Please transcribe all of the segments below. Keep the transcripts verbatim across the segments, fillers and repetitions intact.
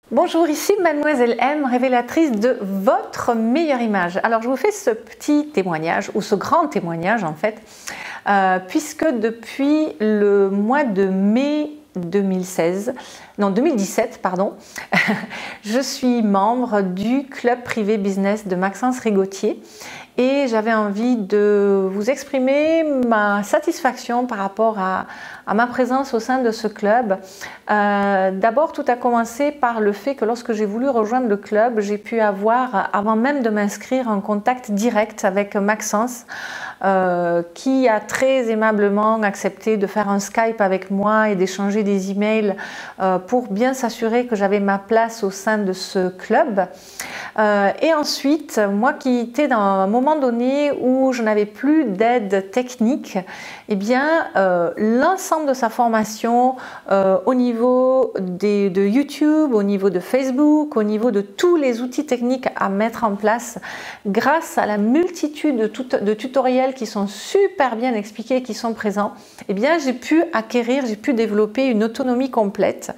Bonjour, ici Mademoiselle M, révélatrice de votre meilleure image. Alors je vous fais ce petit témoignage, ou ce grand témoignage en fait, euh, puisque depuis le mois de mai deux mille seize, non deux mille dix-sept pardon, je suis membre du club privé business de Maxence Rigotier et j'avais envie de vous exprimer ma satisfaction par rapport à, à ma présence au sein de ce club. Euh, D'abord, tout a commencé par le fait que lorsque j'ai voulu rejoindre le club, j'ai pu avoir, avant même de m'inscrire, un contact direct avec Maxence, euh, qui a très aimablement accepté de faire un Skype avec moi et d'échanger des emails euh, pour bien s'assurer que j'avais ma place au sein de ce club. Euh, et ensuite, moi qui étais dans un moment donné où je n'avais plus d'aide technique, eh bien, euh, l'ensemble de sa formation euh, au niveau des, de YouTube, au niveau de Facebook, au niveau de tous les outils techniques à mettre en place, grâce à la multitude de, tout, de tutoriels qui sont super bien expliqués, qui sont présents, eh bien, j'ai pu acquérir, j'ai pu développer une autonomie complète.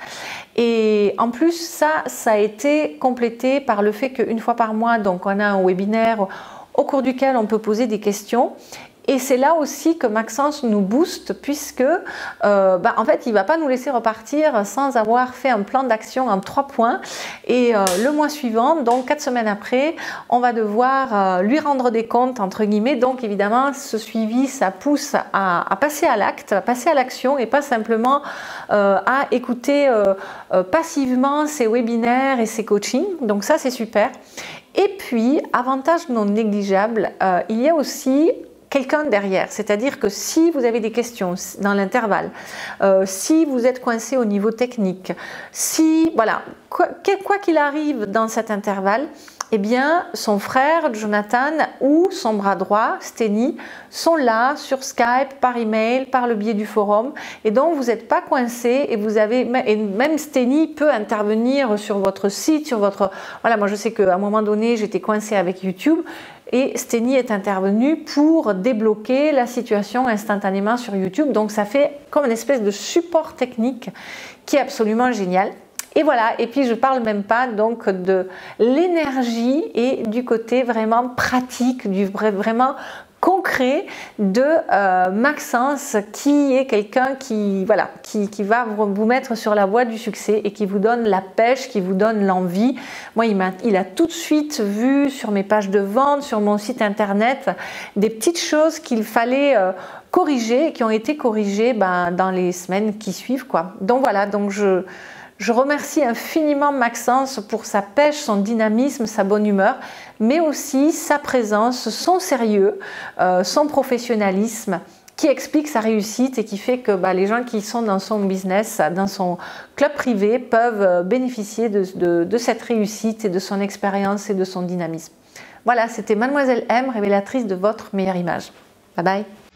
Et en plus, ça, ça a été complété par le fait qu'une fois par mois, donc on a un webinaire au cours duquel on peut poser des questions. Et c'est là aussi que Maxence nous booste, puisque euh, bah, en fait il ne va pas nous laisser repartir sans avoir fait un plan d'action en trois points. Et euh, le mois suivant, donc quatre semaines après, on va devoir euh, lui rendre des comptes entre guillemets. Donc évidemment ce suivi, ça pousse à, à passer à l'acte, à passer à l'action et pas simplement euh, à écouter euh, euh, passivement ses webinaires et ses coachings. Donc ça c'est super. Et puis, avantage non négligeable, euh, il y a aussi quelqu'un derrière, c'est-à-dire que si vous avez des questions dans l'intervalle, euh, si vous êtes coincé au niveau technique, si, voilà, quoi qu'il arrive dans cet intervalle, eh bien, son frère Jonathan ou son bras droit, Steny, sont là sur Skype, par email, par le biais du forum. Et donc, vous n'êtes pas coincé et vous avez, et même Steny peut intervenir sur votre site, sur votre... Voilà, moi je sais qu'à un moment donné, j'étais coincée avec YouTube et Steny est intervenu pour débloquer la situation instantanément sur YouTube. Donc, ça fait comme une espèce de support technique qui est absolument génial. Et voilà, et puis je ne parle même pas donc de l'énergie et du côté vraiment pratique, du vrai, vraiment concret de euh, Maxence, qui est quelqu'un qui, voilà, qui, qui va vous mettre sur la voie du succès et qui vous donne la pêche, qui vous donne l'envie. Moi, il a, il a tout de suite vu sur mes pages de vente, sur mon site internet, des petites choses qu'il fallait euh, corriger et qui ont été corrigées ben, dans les semaines qui suivent, quoi. Donc voilà, donc je... Je remercie infiniment Maxence pour sa pêche, son dynamisme, sa bonne humeur, mais aussi sa présence, son sérieux, euh, son professionnalisme qui explique sa réussite et qui fait que bah, les gens qui sont dans son business, dans son club privé, peuvent bénéficier de, de, de cette réussite et de son expérience et de son dynamisme. Voilà, c'était Mademoiselle M, révélatrice de votre meilleure image. Bye bye.